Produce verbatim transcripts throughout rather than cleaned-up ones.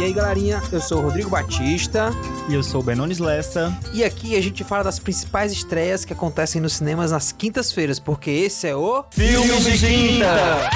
E aí, galerinha, eu sou o Rodrigo Batista. E eu sou o Benones Lessa. E aqui a gente fala das principais estreias que acontecem nos cinemas nas quintas-feiras, porque esse é o... Filmes de Quinta!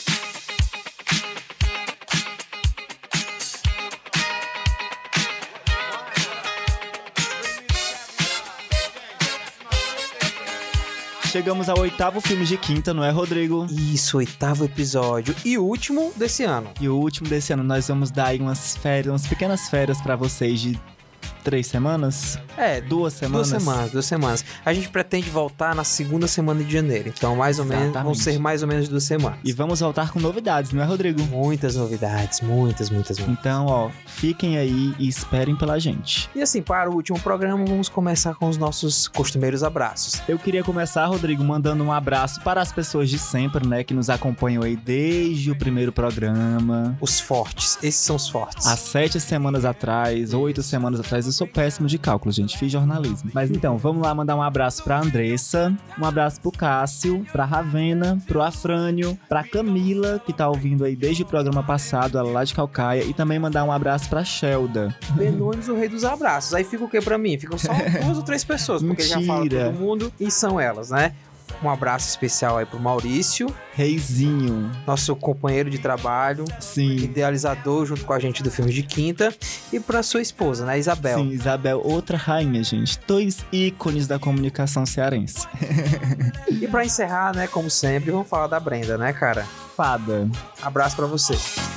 Chegamos ao oitavo filme de quinta, não é, Rodrigo? Isso, oitavo episódio. E o último desse ano. E o último desse ano, nós vamos dar aí umas férias, umas pequenas férias pra vocês de três semanas? É, duas semanas. Duas semanas, duas semanas. A gente pretende voltar na segunda semana de janeiro. Então, mais ou Exatamente. menos, vão ser mais ou menos duas semanas. E vamos voltar com novidades, não é, Rodrigo? Muitas novidades, muitas, muitas, muitas. Então, ó, fiquem aí e esperem pela gente. E assim, para o último programa, vamos começar com os nossos costumeiros abraços. Eu queria começar, Rodrigo, mandando um abraço para as pessoas de sempre, né, que nos acompanham aí desde o primeiro programa. Os fortes, esses são os fortes. Há sete semanas atrás, oito semanas atrás, eu sou péssimo de cálculo, gente, fiz jornalismo. Mas então, vamos lá mandar um abraço pra Andressa, um abraço pro Cássio, pra Ravena, pro Afrânio, pra Camila, que tá ouvindo aí desde o programa passado, ela lá de Calcaia, e também mandar um abraço pra Shelda. Benones, o rei dos abraços. Aí fica o que pra mim? Ficam só duas ou três pessoas, porque já fala todo mundo, e são elas, né? Um abraço especial aí pro Maurício. Reizinho. Nosso companheiro de trabalho. Sim. Idealizador junto com a gente do filme de quinta. E pra sua esposa, né, Isabel? Sim, Isabel, outra rainha, gente. Dois ícones da comunicação cearense. E pra encerrar, né, como sempre, vamos falar da Brenda, né, cara? Fada. Abraço pra você.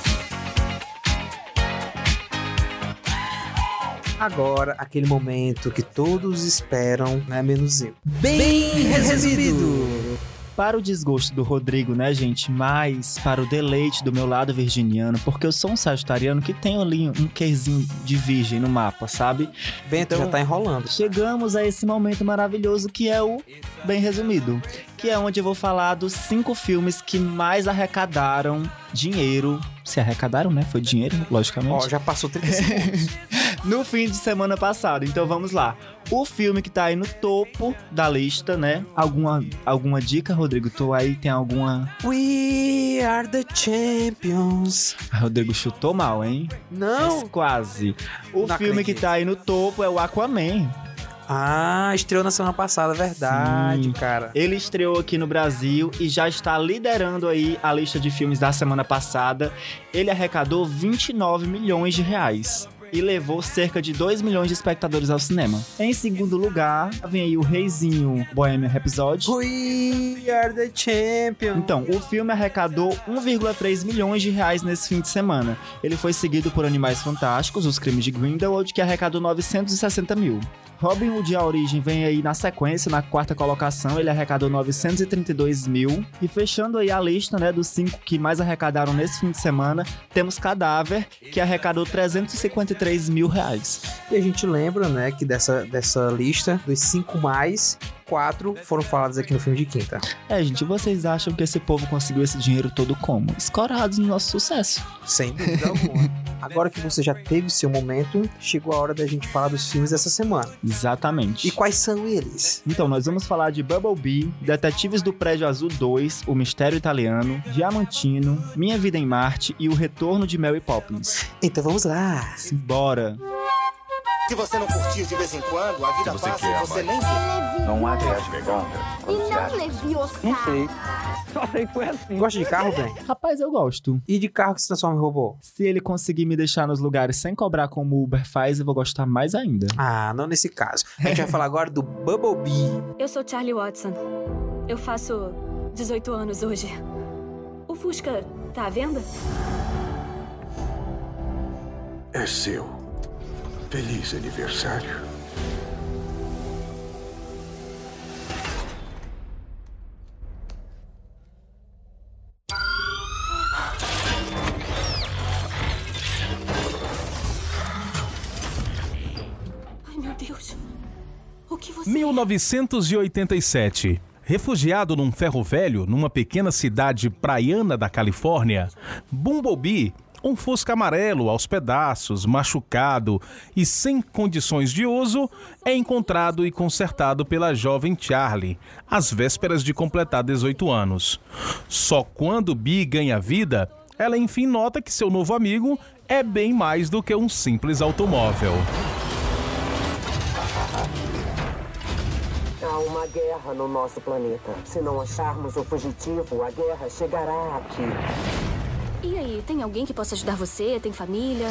Agora, aquele momento que todos esperam, né, menos eu. Bem, Bem resumido! Para o desgosto do Rodrigo, né, gente? Mas para o deleite do meu lado virginiano, porque eu sou um sagitariano que tem ali um quezinho de virgem no mapa, sabe? Bento, então, já tá enrolando. Chegamos a esse momento maravilhoso que é o Bem Resumido. Que é onde eu vou falar dos cinco filmes que mais arrecadaram dinheiro. Se arrecadaram, né? Foi dinheiro, logicamente. Ó, já passou trinta segundos. No fim de semana passado. Então vamos lá. O filme que tá aí no topo da lista, né? Alguma, alguma dica, Rodrigo? Tu aí tem alguma... We are the champions. Ah, Rodrigo chutou mal, hein? Não. Mas quase. O Não filme acredito. que tá aí no topo é o Aquaman. Ah, estreou na semana passada, verdade, Sim. cara. Ele estreou aqui no Brasil e já está liderando aí a lista de filmes da semana passada. Ele arrecadou vinte e nove milhões de reais. E levou cerca de dois milhões de espectadores ao cinema. Em segundo lugar, vem aí o reizinho Bohemian Rhapsody. We are the champions. Então, o filme arrecadou um vírgula três milhões de reais nesse fim de semana. Ele foi seguido por Animais Fantásticos, Os Crimes de Grindelwald, que arrecadou novecentos e sessenta mil. Robin Hood, A Origem, vem aí na sequência, na quarta colocação, ele arrecadou novecentos e trinta e dois mil. E fechando aí a lista, né, dos cinco que mais arrecadaram nesse fim de semana, temos Cadáver, que arrecadou trezentos e cinquenta e três mil reais. E a gente lembra, né, que dessa, dessa lista, dos cinco mais, quatro foram falados aqui no filme de quinta. É, gente, vocês acham que esse povo conseguiu esse dinheiro todo como? Escorados no nosso sucesso. Sem dúvida alguma. Agora que você já teve seu momento, chegou a hora da gente falar dos filmes dessa semana. Exatamente. E quais são eles? Então, nós vamos falar de Bumblebee, Detetives do Prédio Azul dois, O Mistério Italiano, Diamantino, Minha Vida em Marte e O Retorno de Mary Poppins. Então vamos lá. Simbora. Se você não curtir de vez em quando, a vida você passa quer, e você mãe. nem vê. Não há viagem longa. E não leviosa. Não sei. Só sei que foi assim. Gosta de carro, Ben? Rapaz, eu gosto. E de carro que se transforma em robô? Se ele conseguir me deixar nos lugares sem cobrar como o Uber faz, eu vou gostar mais ainda. Ah, não nesse caso. A gente vai falar agora do Bumblebee. Eu sou Charlie Watson. Eu faço dezoito anos hoje. O Fusca tá à venda? É seu. Feliz aniversário. Ai, meu Deus. O que você... mil novecentos e oitenta e sete. Refugiado num ferro velho numa pequena cidade praiana da Califórnia, Bumblebee, um Fusca amarelo aos pedaços, machucado e sem condições de uso, é encontrado e consertado pela jovem Charlie, às vésperas de completar dezoito anos. Só quando Bee ganha vida ela enfim nota que seu novo amigo é bem mais do que um simples automóvel. Há uma guerra no nosso planeta. Se não acharmos o fugitivo, a guerra chegará aqui. E aí, tem alguém que possa ajudar você? Tem família?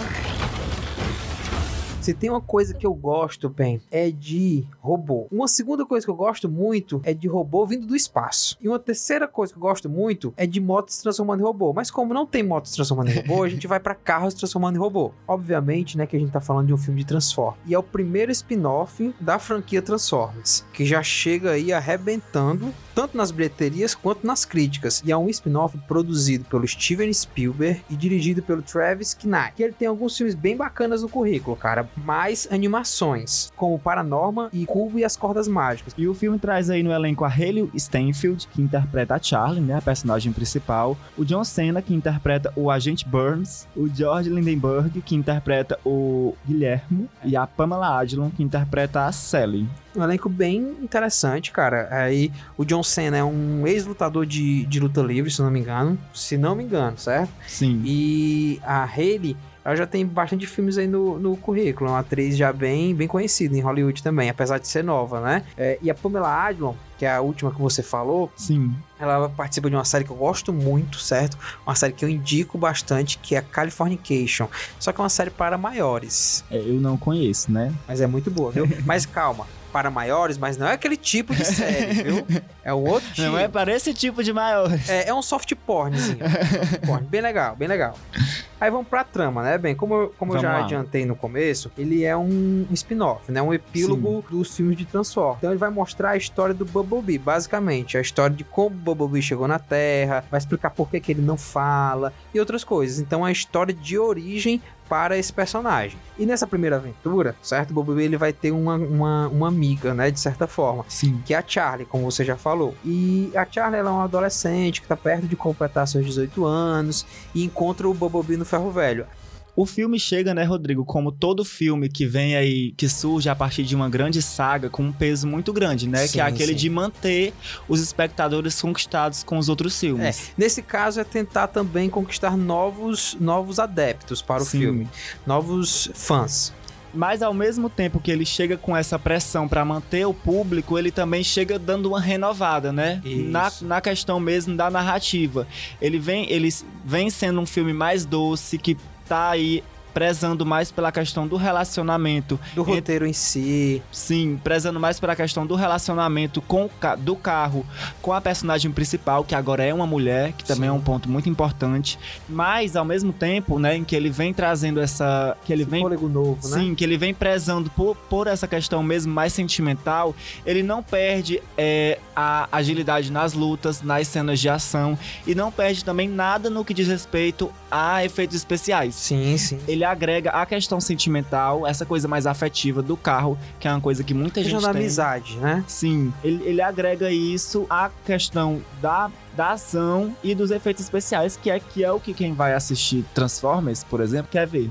Se tem uma coisa que eu gosto, bem, é de robô. Uma segunda coisa que eu gosto muito é de robô vindo do espaço. E uma terceira coisa que eu gosto muito é de motos se transformando em robô. Mas como não tem motos se transformando em robô, a gente vai pra carros se transformando em robô. Obviamente, né, que a gente tá falando de um filme de Transformers. E é o primeiro spin-off da franquia Transformers, que já chega aí arrebentando, tanto nas bilheterias quanto nas críticas. E é um spin-off produzido pelo Steven Spielberg e dirigido pelo Travis Knight. Que ele tem alguns filmes bem bacanas no currículo, cara. Mais animações, como Paranorman e Cubo e as Cordas Mágicas. E o filme traz aí no elenco a Hayley Steinfeld, que interpreta a Charlie, né, a personagem principal, o John Cena, que interpreta o Agente Burns, o George Lindenberg, que interpreta o Guilherme, e a Pamela Adlon, que interpreta a Sally. Um elenco bem interessante, cara. Aí o John Cena é um ex-lutador de, de luta livre, se não me engano. Se não me engano, certo? Sim. E a Hayley, ela já tem bastante filmes aí no, no currículo. É uma atriz já bem, bem conhecida em Hollywood também, apesar de ser nova, né? É, e a Pamela Adlon, que é a última que você falou, sim, ela participa de uma série que eu gosto muito, certo? Uma série que eu indico bastante, que é Californication. Só que é uma série para maiores. É, eu não conheço, né? Mas é muito boa, viu? Mas calma. Para maiores, mas não é aquele tipo de série, viu? É o outro tipo. Não é para esse tipo de maiores. É, é um soft pornzinho. Soft porn. Bem legal, bem legal. Aí vamos pra trama, né? Bem, como eu, como eu já lá. adiantei no começo, ele é um spin-off, né? Um epílogo Sim. dos filmes de Transformers. Então ele vai mostrar a história do Bumblebee, basicamente. A história de como o Bumblebee chegou na Terra, vai explicar por que, que ele não fala e outras coisas. Então é a história de origem para esse personagem. E nessa primeira aventura, certo? O Bumblebee ele vai ter uma, uma, uma amiga, né? De certa forma. Sim. Que é a Charlie, como você já falou. E a Charlie, ela é uma adolescente que tá perto de completar seus dezoito anos e encontra o Bumblebee no ferro velho. O filme chega, né, Rodrigo, como todo filme que vem aí, que surge a partir de uma grande saga com um peso muito grande, né? Sim, que é aquele sim. de manter os espectadores conquistados com os outros filmes. É, nesse caso é tentar também conquistar novos, novos adeptos para o Sim. filme, novos fãs. Mas ao mesmo tempo que ele chega com essa pressão para manter o público, ele também chega dando uma renovada, né? Na, na questão mesmo da narrativa. Ele vem, ele vem sendo um filme mais doce, que tá aí prezando mais pela questão do relacionamento. Do roteiro em si. Sim, prezando mais pela questão do relacionamento com o ca- do carro com a personagem principal, que agora é uma mulher, que também Sim. é um ponto muito importante. Mas, ao mesmo tempo, né, em que ele vem trazendo essa... que ele Esse vem fôlego novo, né? Sim, que ele vem prezando por, por essa questão mesmo mais sentimental, ele não perde é, a agilidade nas lutas, nas cenas de ação, e não perde também nada no que diz respeito a efeitos especiais. Sim, sim. Ele agrega a questão sentimental, essa coisa mais afetiva do carro, que é uma coisa que muita gente na tem. amizade, né? Sim, ele, ele agrega isso à questão da, da ação e dos efeitos especiais, que é, que é o que quem vai assistir Transformers, por exemplo, quer ver.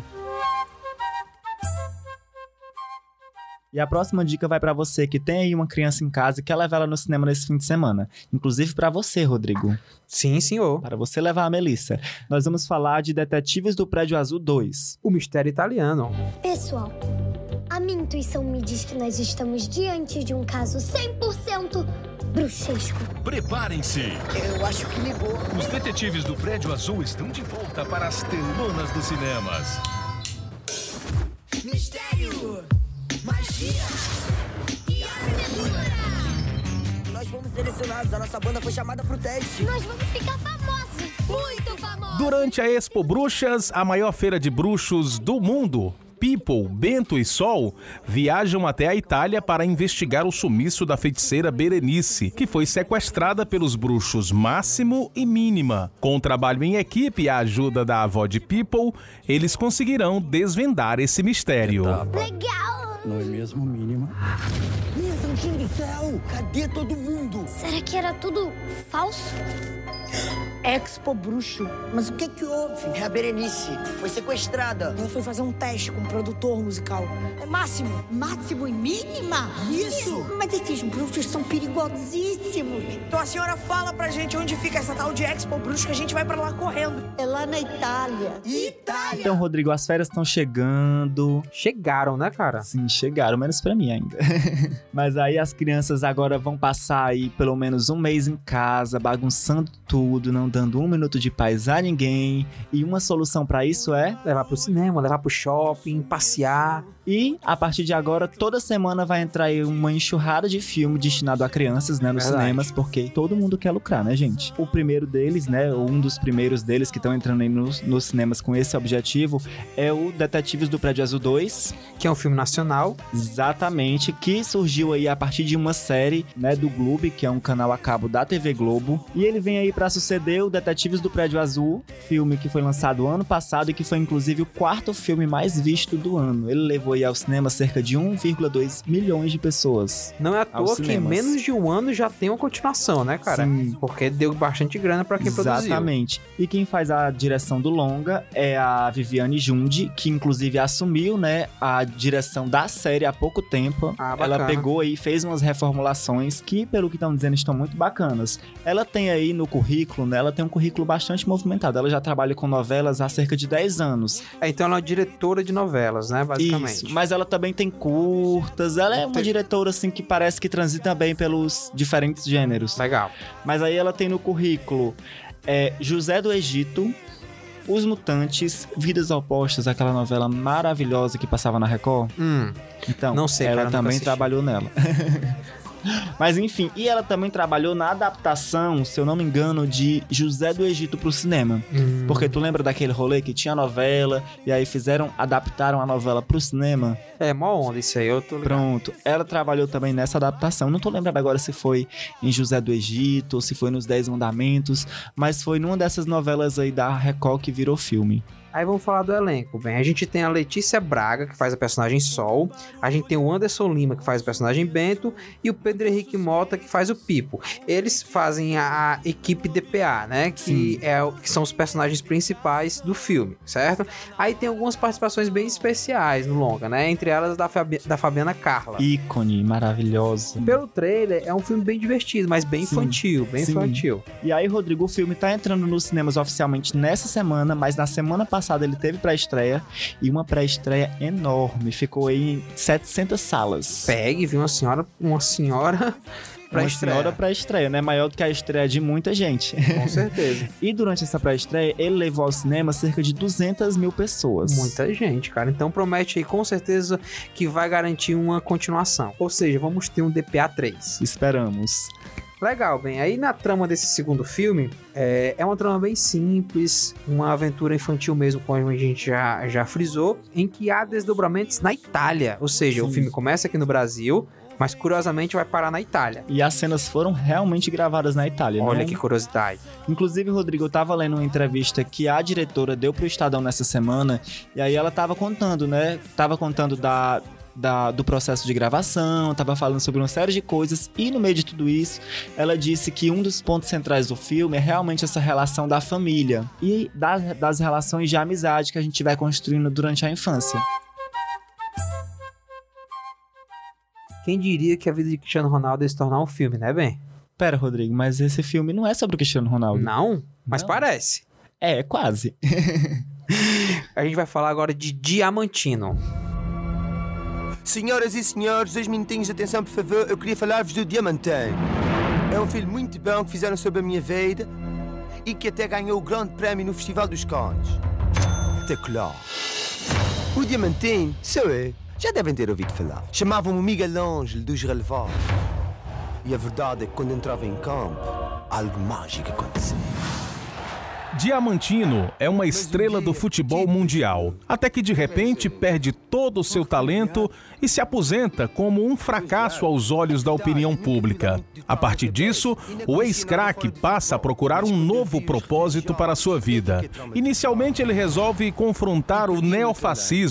E a próxima dica vai pra você que tem aí uma criança em casa e quer levar ela no cinema nesse fim de semana. Inclusive pra você, Rodrigo. Sim, senhor. Para você levar a Melissa. Nós vamos falar de Detetives do Prédio Azul dois. O Mistério Italiano. Pessoal, a minha intuição me diz que nós estamos diante de um caso cem por cento bruxesco. Preparem-se. Eu acho que ligou. Os Detetives do Prédio Azul estão de volta para as telonas dos cinemas. Mistério! Magia! E aventura! Nós fomos selecionados, a nossa banda foi chamada pro teste. Nós vamos ficar famosos, muito famosos! Durante a Expo Bruxas, a maior feira de bruxos do mundo, People, Bento e Sol viajam até a Itália para investigar o sumiço da feiticeira Berenice, que foi sequestrada pelos bruxos Máximo e Mínima. Com o trabalho em equipe e a ajuda da avó de People, eles conseguirão desvendar esse mistério. Legal! Não é mesmo, mínima? Minha santinha do céu! Cadê todo mundo? Será que era tudo falso? Expo Bruxo. Mas o que que houve? É a Berenice. Foi sequestrada. Ela foi fazer um teste com um produtor musical. É Máximo. Máximo e Mínima? Isso. Mas esses bruxos são perigosíssimos. Então a senhora fala pra gente onde fica essa tal de Expo Bruxo que a gente vai pra lá correndo. É lá na Itália. Itália! Então, Rodrigo, as férias estão chegando. Chegaram, né, cara? Sim, chegaram, menos pra mim ainda. Mas aí as crianças agora vão passar aí pelo menos um mês em casa, bagunçando tudo, não dando um minuto de paz a ninguém. E uma solução pra isso é levar pro cinema, levar pro shopping, passear. E, a partir de agora, toda semana vai entrar aí uma enxurrada de filme destinado a crianças, né, nos Verdade. cinemas, porque todo mundo quer lucrar, né, gente? O primeiro deles, né, ou um dos primeiros deles que estão entrando aí nos, nos cinemas com esse objetivo é o Detetives do Prédio Azul dois. Que é um filme nacional. Exatamente, que surgiu aí a partir de uma série, né, do Globo, que é um canal a cabo da T V Globo. E ele vem aí pra suceder o Detetives do Prédio Azul, filme que foi lançado ano passado e que foi inclusive o quarto filme mais visto do ano. Ele levou aí ao cinema cerca de um vírgula dois milhões de pessoas. Não é à toa que em menos de um ano já tem uma continuação, né, cara? Sim. Porque deu bastante grana pra quem produziu. Exatamente. E quem faz a direção do longa é a Viviane Jundi, que inclusive assumiu, né, a direção da série há pouco tempo. Ah, ela bacana. pegou aí e fez umas reformulações que, pelo que estão dizendo, estão muito bacanas. Ela tem aí no currículo, né, ela tem um currículo bastante movimentado. Ela já trabalha com novelas há cerca de dez anos. É, então ela é uma diretora de novelas, né, basicamente. Isso, mas ela também tem curtas. Ela é uma Tem. diretora, assim, que parece que transita bem pelos diferentes gêneros. Legal. Mas aí ela tem no currículo é, José do Egito, Os Mutantes, Vidas Opostas, aquela novela maravilhosa que passava na Record. Hum, Então, não sei, ela cara, nunca também assisti. trabalhou nela. Mas enfim, e ela também trabalhou na adaptação, se eu não me engano, de José do Egito pro cinema. Hum. Porque tu lembra daquele rolê que tinha novela e aí fizeram, adaptaram a novela pro cinema? É, mó onda isso aí, eu tô ligado. Pronto, ela trabalhou também nessa adaptação. Não tô lembrando agora se foi em José do Egito ou se foi nos Dez Mandamentos, mas foi numa dessas novelas aí da Record que virou filme. Aí vamos falar do elenco, bem. A gente tem a Letícia Braga, que faz a personagem Sol. A gente tem o Anderson Lima, que faz o personagem Bento. E o Pedro Henrique Mota, que faz o Pipo. Eles fazem a, a equipe D P A, né? Que, é, o- que são os personagens principais do filme, certo? Aí tem algumas participações bem especiais no longa, né? Entre elas da, Fabi- da Fabiana Carla. Ícone, maravilhosa. Pelo trailer, é um filme bem divertido, mas bem Sim. infantil, bem Sim. infantil. E aí, Rodrigo, o filme tá entrando nos cinemas oficialmente nessa semana, mas na semana passada ele teve pré-estreia e uma pré-estreia enorme. Ficou aí em setecentas salas. Pegue, viu? Uma senhora, uma senhora pra Uma estreia. senhora pré-estreia, né? Maior do que a estreia de muita gente. Com certeza. E durante essa pré-estreia, ele levou ao cinema cerca de duzentas mil pessoas. Muita gente, cara. Então promete aí com certeza que vai garantir uma continuação. Ou seja, vamos ter um D P A três. Esperamos. Legal, bem. Aí na trama desse segundo filme, é, é uma trama bem simples, uma aventura infantil mesmo, como a gente já, já frisou, em que há desdobramentos na Itália. Ou seja, Sim. o filme começa aqui no Brasil, mas curiosamente vai parar na Itália. E as cenas foram realmente gravadas na Itália. Olha não? que curiosidade. Inclusive, Rodrigo, eu tava lendo uma entrevista que a diretora deu pro Estadão nessa semana, e aí ela tava contando, né? Tava contando da... Da, do processo de gravação, tava falando sobre uma série de coisas, e no meio de tudo isso, ela disse que um dos pontos centrais do filme é realmente essa relação da família e das, das relações de amizade que a gente vai construindo durante a infância. Quem diria que a vida de Cristiano Ronaldo ia se tornar um filme, né, bem? Pera, Rodrigo, mas esse filme não é sobre o Cristiano Ronaldo. Não, mas Não. parece. É, quase. A gente vai falar agora de Diamantino. Senhoras e senhores, dois minutinhos de atenção, por favor. Eu queria falar-vos do Diamantino. É um filme muito bom que fizeram sobre a minha vida e que até ganhou o grande prémio no Festival dos Cannes. Espetacular. O Diamantino sou eu. Já devem ter ouvido falar. Chamavam-me o Miguel Ângelo dos Relevados. E a verdade é que quando entrava em campo, algo mágico acontecia. Diamantino é uma estrela do futebol mundial, até que de repente perde todo o seu talento e se aposenta como um fracasso aos olhos da opinião pública. A partir disso, o ex-craque passa a procurar um novo propósito para a sua vida. Inicialmente ele resolve confrontar o neofascismo,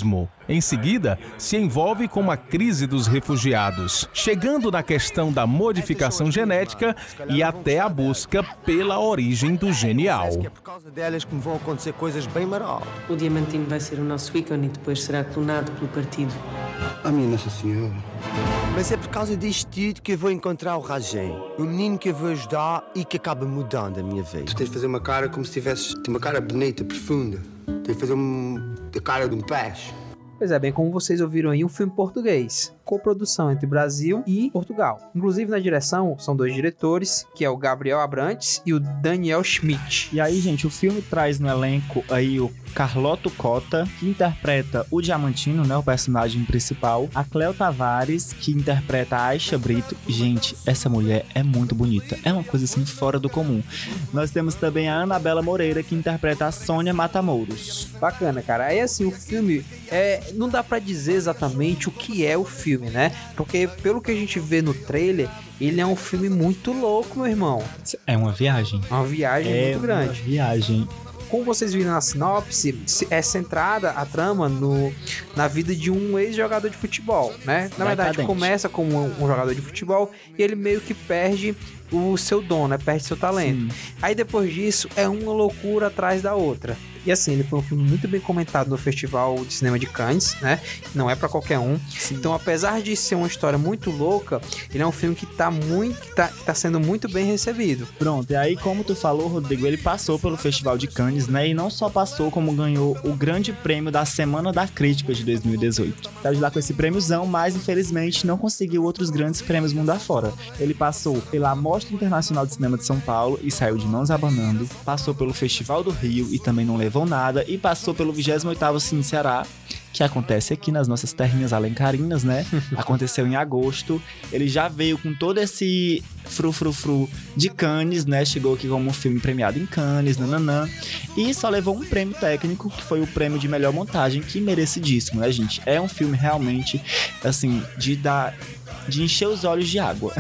Em seguida, se envolve com uma crise dos refugiados, chegando na questão da modificação genética e até a busca pela origem do genial. É por causa delas que me vão acontecer coisas bem marol. O Diamantino vai ser o nosso ícone e depois será clonado pelo partido. A minha Nossa Senhora. Mas é por causa disto tudo que eu vou encontrar o Rajem, o menino que eu vou ajudar e que acaba mudando a minha vida. Tu tens de fazer uma cara como se tivesses uma cara bonita, profunda. Tens de fazer um, a cara de um peixe. Pois é, bem como vocês ouviram aí, um filme português, coprodução entre Brasil e Portugal. Inclusive na direção são dois diretores, que é o Gabriel Abrantes e o Daniel Schmidt. E aí, gente, o filme traz no elenco aí o Carloto Cota, que interpreta o Diamantino, né, o personagem principal, a Cleo Tavares, que interpreta a Aisha Brito. Gente, essa mulher é muito bonita, é uma coisa assim fora do comum. Nós temos também a Anabela Moreira, que interpreta a Sônia Matamoros. Bacana, cara. Aí assim, o filme, é, não dá pra dizer exatamente o que é o filme, né? Porque pelo que a gente vê no trailer, ele é um filme muito louco, meu irmão. É uma viagem. Uma viagem é muito grande. Uma viagem. Como vocês viram na sinopse, é centrada a trama no, na vida de um ex-jogador de futebol, né? Na verdade, Decadente. Começa como um, um jogador de futebol e ele meio que perde o seu dom, né? Perde seu talento. Sim. Aí depois disso, é uma loucura atrás da outra. E assim, ele foi um filme muito bem comentado no Festival de Cinema de Cannes, né? Não é pra qualquer um. Sim. Então, apesar de ser uma história muito louca, ele é um filme que tá, muito, que tá, que tá sendo muito bem recebido. Pronto, e aí como tu falou, Rodrigo, ele passou pelo Festival de Cannes, né? E não só passou, como ganhou o grande prêmio da Semana da Crítica de dois mil e dezoito. Saiu de lá com esse prêmiozão, mas infelizmente não conseguiu outros grandes prêmios mundo afora. Ele passou pela Mostra Internacional de Cinema de São Paulo e saiu de mãos abanando. Passou pelo Festival do Rio e também não levou nada, e passou pelo vigésimo oitavo Cine Ceará, que acontece aqui nas nossas terrinhas alencarinas, né? Aconteceu em agosto. Ele já veio com todo esse frufrufru de Cannes, né? Chegou aqui como um filme premiado em Cannes, nananã. E só levou um prêmio técnico, que foi o prêmio de melhor montagem, que merecidíssimo, né, gente? É um filme realmente, assim, de dar... de encher os olhos de água.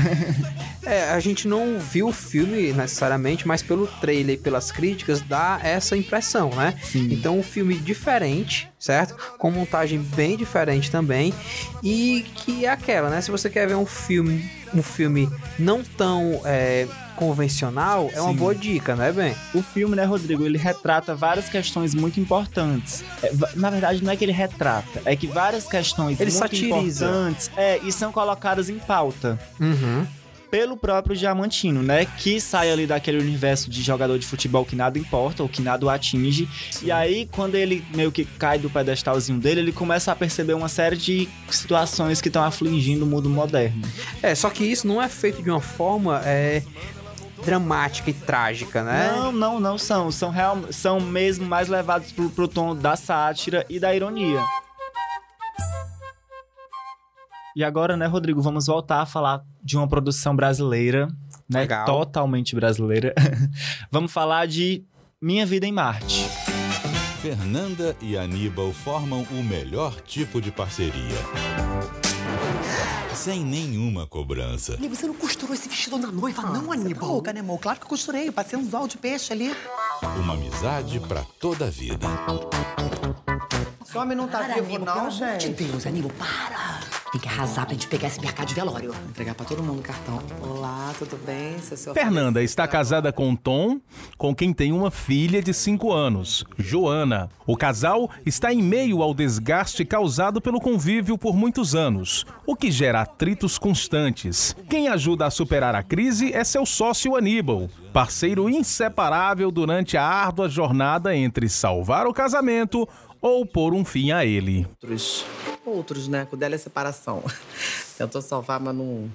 É, a gente não viu o filme necessariamente, mas pelo trailer e pelas críticas dá essa impressão, né? Sim. Então, um filme diferente, certo? Com montagem bem diferente também, e que é aquela, né? Se você quer ver um filme, um filme não tão é, convencional, é uma Sim. boa dica, né, Ben? O filme, né, Rodrigo, ele retrata várias questões muito importantes. É, na verdade, não é que ele retrata, é que várias questões ele muito satiriza. importantes é, e são colocadas em pauta. Uhum. Pelo próprio Diamantino, né? Que sai ali daquele universo de jogador de futebol que nada importa, ou que nada o atinge. Sim. E aí, quando ele meio que cai do pedestalzinho dele, ele começa a perceber uma série de situações que estão afligindo o mundo moderno. É, só que isso não é feito de uma forma... É... dramática e trágica, né? Não, não, não são. São, real, são mesmo mais levados pro, pro tom da sátira e da ironia. E agora, né, Rodrigo, vamos voltar a falar de uma produção brasileira, né? Legal. Totalmente brasileira. Vamos falar de Minha Vida em Marte. Fernanda e Aníbal formam o melhor tipo de parceria. Sem nenhuma cobrança. Aníbal, você não costurou esse vestido na noiva, ah, não, Aníbal? Você tá louca, né, amor? Claro que eu costurei. Eu passei um anzol de peixe ali. Uma amizade pra toda a vida. Esse homem não tá para, vivo, Aníbal, não, pelo gente. amor de Deus, Aníbal, para. Tem que arrasar pra gente pegar esse mercado de velório. Vou entregar pra todo mundo o cartão. Olá, tudo bem? Seu seu Fernanda está casada com Tom, com quem tem uma filha de cinco anos, Joana. O casal está em meio ao desgaste causado pelo convívio por muitos anos, o que gera atritos constantes. Quem ajuda a superar a crise é seu sócio Aníbal, parceiro inseparável durante a árdua jornada entre salvar o casamento ou pôr um fim a ele. Outros, outros, né? O dela é separação. Tentou salvar, mas não...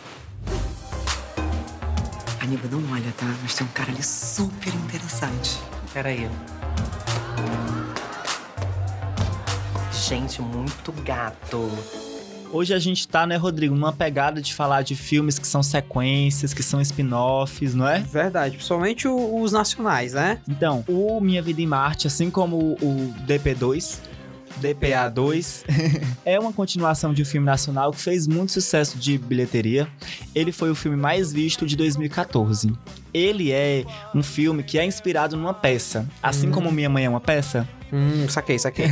Aníbal, não olha, tá? Mas tem um cara ali super interessante. Peraí. Gente, muito gato. Hoje a gente tá, né, Rodrigo, numa pegada de falar de filmes que são sequências, que são spin-offs, não é? Verdade, principalmente o, os nacionais, né? Então, o Minha Vida em Marte, assim como o D P dois, D P A dois, é uma continuação de um filme nacional que fez muito sucesso de bilheteria. Ele foi o filme mais visto de dois mil e catorze. Ele é um filme que é inspirado numa peça. Assim hum. como Minha Mãe é uma peça. Hum, saquei, saquei.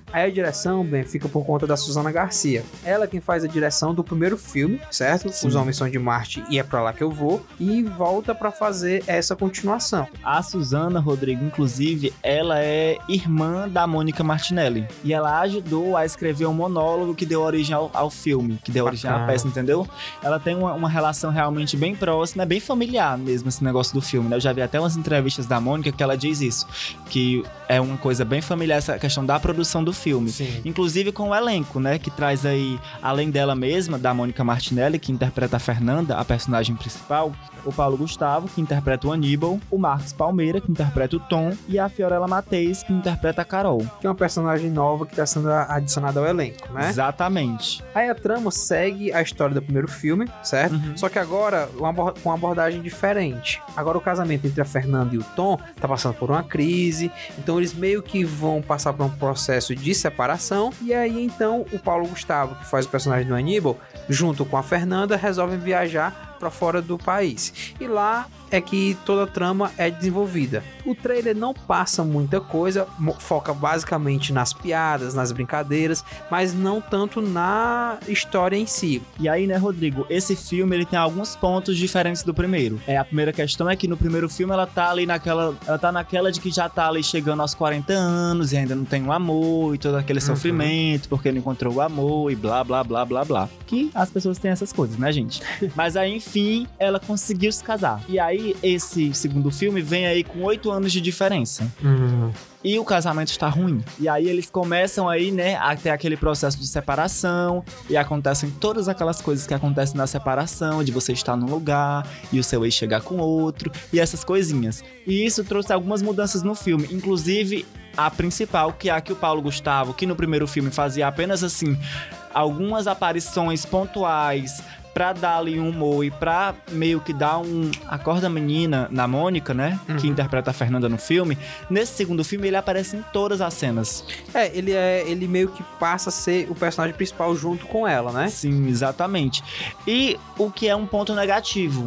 Aí a direção, bem, fica por conta da Susana Garcia. Ela é quem faz a direção do primeiro filme, certo? Sim. Os Homens São de Marte e É Pra Lá Que Eu Vou. E volta pra fazer essa continuação. A Susana, Rodrigo, inclusive, ela é irmã da Mônica Martinelli. E ela ajudou a escrever um monólogo que deu origem ao, ao filme, que deu origem à peça, entendeu? Ela tem uma, uma relação realmente bem próxima, é bem familiar mesmo esse negócio do filme, né? Eu já vi até umas entrevistas da Mônica que ela diz isso, que é uma coisa bem familiar essa questão da produção do filme. Sim. Inclusive com o elenco, né? Que traz aí, além dela mesma, da Mônica Martinelli, que interpreta a Fernanda, a personagem principal, o Paulo Gustavo, que interpreta o Aníbal, o Marcos Palmeira, que interpreta o Tom, e a Fiorella Mateis, que interpreta a Carol. Que é uma personagem nova que está sendo adicionada ao elenco, né? Exatamente. Aí a trama segue a história do primeiro filme, certo? Uhum. Só que agora uma, com uma abordagem diferente. Agora o casamento entre a Fernanda e o Tom tá passando por uma crise, então eles meio que vão passar por um processo de separação, e aí então o Paulo Gustavo, que faz o personagem do Aníbal, junto com a Fernanda, resolvem viajar para fora do país. E lá é que toda a trama é desenvolvida. O trailer não passa muita coisa, foca basicamente nas piadas, nas brincadeiras, mas não tanto na história em si. E aí, né, Rodrigo, esse filme ele tem alguns pontos diferentes do primeiro. É, a primeira questão é que no primeiro filme ela tá ali naquela, ela tá naquela de que já tá ali chegando aos quarenta anos e ainda não tem o amor e todo aquele uhum. sofrimento porque não encontrou o amor e blá, blá, blá, blá, blá. Que as pessoas têm essas coisas, né, gente? Mas aí, enfim, ela conseguiu se casar. E aí, esse segundo filme vem aí com oito anos de diferença. Uhum. E o casamento está ruim. E aí eles começam aí, né, a ter aquele processo de separação. E acontecem todas aquelas coisas que acontecem na separação, de você estar num lugar e o seu ex chegar com outro, e essas coisinhas. E isso trouxe algumas mudanças no filme. Inclusive, a principal, que é a que o Paulo Gustavo, que no primeiro filme fazia apenas assim, algumas aparições pontuais pra dar ali um humor e pra meio que dar um... Acorda a menina na Mônica, né? Uhum. Que interpreta a Fernanda no filme. Nesse segundo filme, ele aparece em todas as cenas. É, ele, é, ele meio que passa a ser o personagem principal junto com ela, né? Sim, exatamente. E o que é um ponto negativo...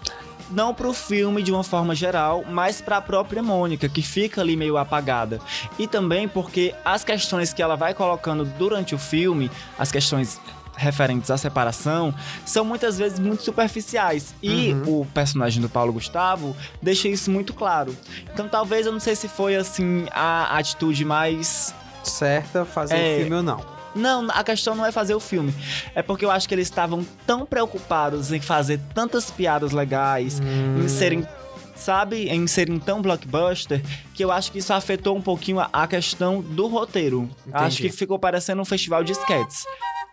Não pro filme de uma forma geral, mas pra própria Mônica, que fica ali meio apagada. E também porque as questões que ela vai colocando durante o filme, as questões referentes à separação, são muitas vezes muito superficiais. E uhum. o personagem do Paulo Gustavo deixa isso muito claro. Então talvez, eu não sei se foi assim a atitude mais... certa fazer é... o filme ou não. Não, a questão não é fazer o filme. É porque eu acho que eles estavam tão preocupados em fazer tantas piadas legais, hum. em serem, sabe, em serem tão blockbuster, que eu acho que isso afetou um pouquinho a, a questão do roteiro. Entendi. Acho que ficou parecendo um festival de sketches.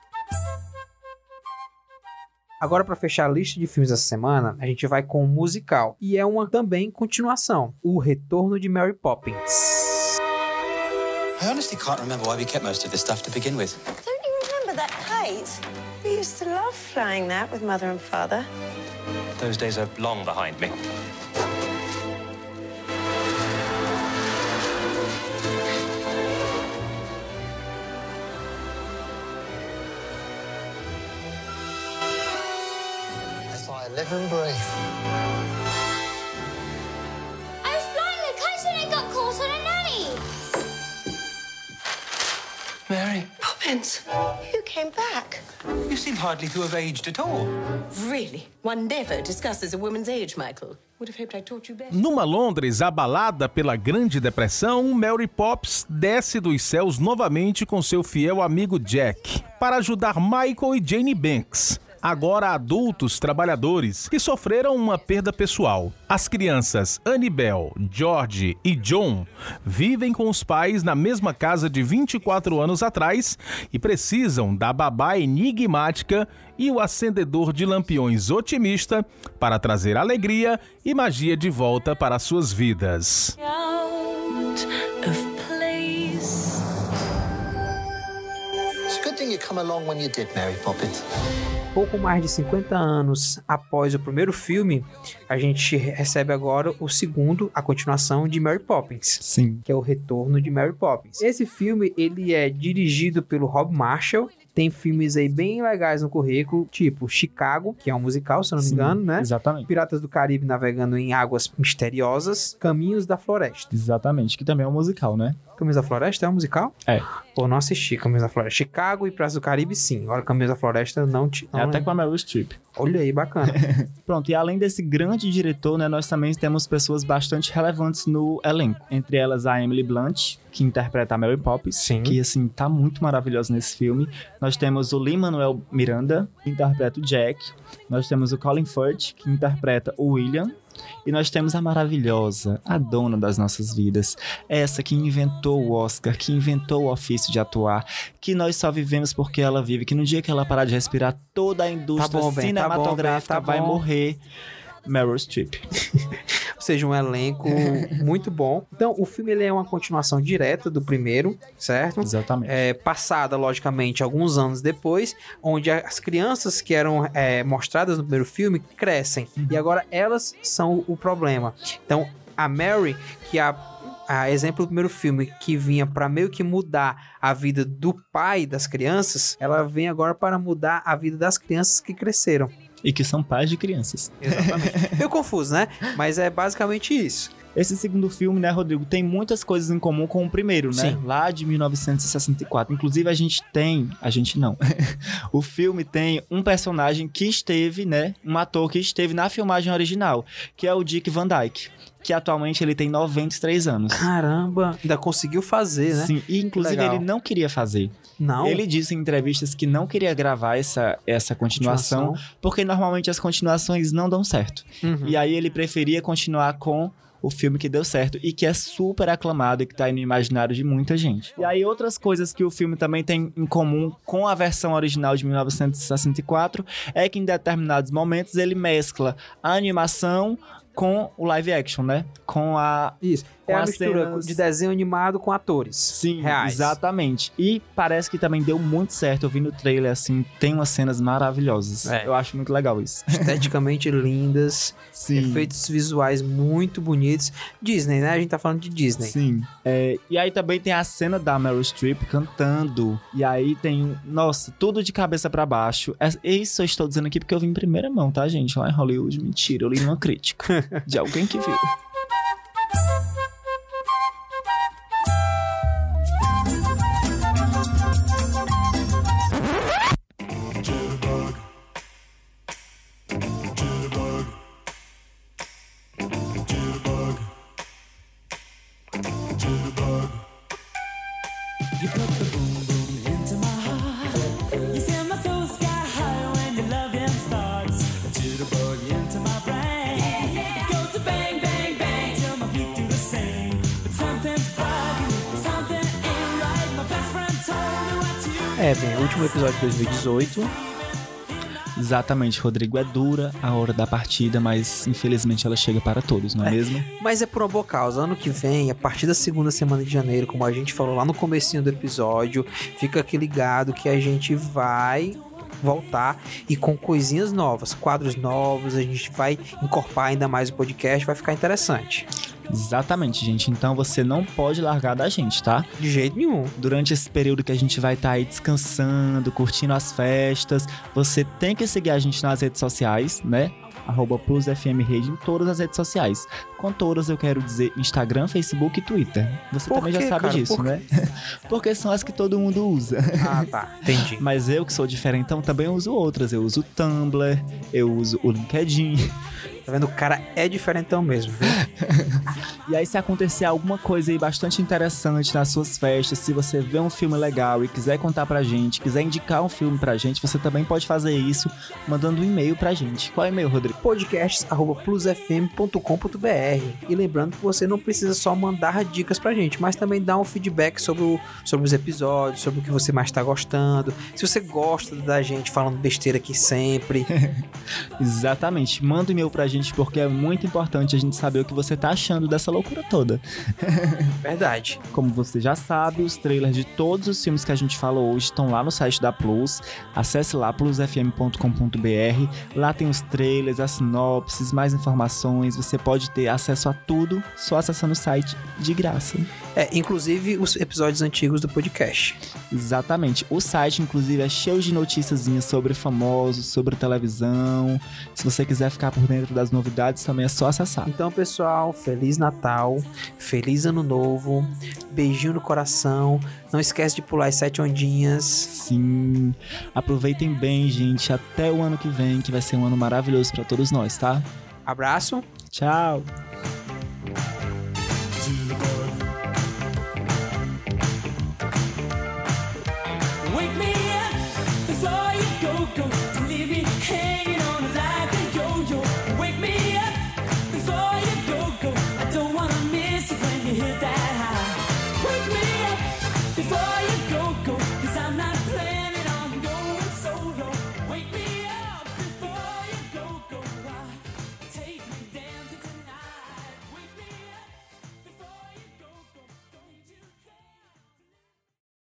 Agora, para fechar a lista de filmes dessa semana, a gente vai com um musical. E é uma também continuação. O Retorno de Mary Poppins. I honestly can't remember why we kept most of this stuff to begin with. Don't you remember that kite? We used to love flying that with Mother and Father. Those days are long behind me. That's why I live and breathe. I was flying the kite and it got caught on a nanny. Mary. Poppins, you came back. You seem hardly to have aged at all. Really? One never discusses a woman's age, Michael. Would have hoped I taught you better. Numa Londres abalada pela Grande Depressão, Mary Poppins desce dos céus novamente com seu fiel amigo Jack para ajudar Michael e Jane Banks, agora adultos trabalhadores que sofreram uma perda pessoal. As crianças Annabelle, George e John vivem com os pais na mesma casa de vinte e quatro anos atrás e precisam da babá enigmática e o acendedor de lampiões otimista para trazer alegria e magia de volta para suas vidas. It's a good thing you come along when you did, Mary Poppins. Pouco mais de cinquenta anos após o primeiro filme, a gente recebe agora o segundo, a continuação de Mary Poppins. Sim. Que é o Retorno de Mary Poppins. Esse filme, ele é dirigido pelo Rob Marshall. Tem filmes aí bem legais no currículo, tipo Chicago, que é um musical, se eu não me Sim, engano, né? Exatamente. Piratas do Caribe navegando em águas misteriosas, Caminhos da Floresta. Exatamente, que também é um musical, né? Caminhos da Floresta é um musical? É. Pô, não assisti Caminhos da Floresta. Chicago e Piratas do Caribe, sim. Agora Caminhos da Floresta não... Te, não é até com a Meryl Streep. Olha aí, bacana. Pronto, e além desse grande diretor, né, nós também temos pessoas bastante relevantes no elenco. Entre elas a Emily Blunt, que interpreta a Mary Poppins, sim. que, assim, tá muito maravilhosa nesse filme. Nós temos o Lin-Manuel Miranda, que interpreta o Jack. Nós temos o Colin Firth, que interpreta o William. E nós temos a maravilhosa, a dona das nossas vidas, essa que inventou o Oscar, que inventou o ofício de atuar, que nós só vivemos porque ela vive, que no dia que ela parar de respirar, toda a indústria tá bom, bem, cinematográfica tá bom, bem, tá vai bom. morrer. Meryl Streep. Ou seja, um elenco muito bom. Então, o filme ele é uma continuação direta do primeiro, certo? Exatamente. É, passada, logicamente, alguns anos depois, onde as crianças que eram é, mostradas no primeiro filme crescem. Uhum. E agora elas são o problema. Então, a Mary, que é a A exemplo do primeiro filme, que vinha para meio que mudar a vida do pai das crianças, ela vem agora para mudar a vida das crianças que cresceram. E que são pais de crianças. Exatamente. Meio confuso, né? Mas é basicamente isso. Esse segundo filme, né, Rodrigo, tem muitas coisas em comum com o primeiro, né? Sim. Lá de mil novecentos e sessenta e quatro. Inclusive, a gente tem... A gente não. O filme tem um personagem que esteve, né? Um ator que esteve na filmagem original, que é o Dick Van Dyke. Que atualmente ele tem noventa e três anos. Caramba! Ainda conseguiu fazer, né? Sim, e inclusive Legal. ele não queria fazer. Não? Ele disse em entrevistas que não queria gravar essa, essa continuação, continuação, porque normalmente as continuações não dão certo. Uhum. E aí ele preferia continuar com o filme que deu certo e que é super aclamado e que tá aí no imaginário de muita gente. E aí outras coisas que o filme também tem em comum com a versão original de mil novecentos e sessenta e quatro é que em determinados momentos ele mescla a animação com o live action, né? Com a... Isso. É a mistura cenas... de desenho animado com atores. Sim, reais. Exatamente. E parece que também deu muito certo. Eu vi no trailer, assim, tem umas cenas maravilhosas. É. Eu acho muito legal isso. Esteticamente lindas. Sim. Efeitos visuais muito bonitos. Disney, né? A gente tá falando de Disney. Sim. É, e aí também tem a cena da Meryl Streep cantando. E aí tem... Nossa, tudo de cabeça pra baixo. É, isso eu estou dizendo aqui porque eu vi em primeira mão, tá, gente? Lá em Hollywood. Mentira, eu li uma crítica de alguém que viu. É, bem, o último episódio de dois mil e dezoito. Exatamente, Rodrigo. É dura a hora da partida, mas infelizmente ela chega para todos, não é, é mesmo? Mas é por uma boa causa. Ano que vem, a partir da segunda semana de janeiro, como a gente falou lá no comecinho do episódio, fica aqui ligado que a gente vai voltar e com coisinhas novas, quadros novos, a gente vai encorpar ainda mais o podcast, vai ficar interessante. Exatamente, gente. Então você não pode largar da gente, tá? De jeito nenhum. Durante esse período que a gente vai estar tá aí descansando, curtindo as festas, você tem que seguir a gente nas redes sociais, né? Arroba Plus F M Rede em todas as redes sociais. Com todas eu quero dizer Instagram, Facebook e Twitter. Você Por também quê, já sabe cara? disso, Por né? Porque são as que todo mundo usa. Ah, tá. Entendi. Mas eu que sou diferentão também uso outras. Eu uso o Tumblr, eu uso o LinkedIn. Tá vendo? O cara é diferentão mesmo, viu? E aí, se acontecer alguma coisa aí bastante interessante nas suas festas, se você vê um filme legal e quiser contar pra gente, quiser indicar um filme pra gente, você também pode fazer isso mandando um e-mail pra gente. Qual é o e-mail, Rodrigo? podcasts arroba plus f m ponto com ponto b r. E lembrando que você não precisa só mandar dicas pra gente, mas também dar um feedback sobre, o, sobre os episódios, sobre o que você mais tá gostando. Se você gosta da gente falando besteira aqui sempre. Exatamente. Manda um e-mail pra gente, porque é muito importante a gente saber o que você tá achando dessa loucura toda. Verdade. Como você já sabe, os trailers de todos os filmes que a gente falou hoje estão lá no site da Plus. Acesse lá plus f m ponto com ponto b r. Lá tem os trailers, as sinopses, mais informações. Você pode ter acesso a tudo só acessando o site de graça. É, inclusive os episódios antigos do podcast. Exatamente. O site, inclusive, é cheio de noticiazinhas sobre famosos, sobre televisão. Se você quiser ficar por dentro das novidades, também é só acessar. Então, pessoal, Feliz Natal, Feliz Ano Novo, beijinho no coração. Não esquece de pular as sete ondinhas. Sim. Aproveitem bem, gente. Até o ano que vem, que vai ser um ano maravilhoso pra todos nós, tá? Abraço. Tchau. Wake me up before you go, go. Don't leave me hanging on like a yo-yo. Wake me up before you go, go. I don't wanna miss it when you hit that high.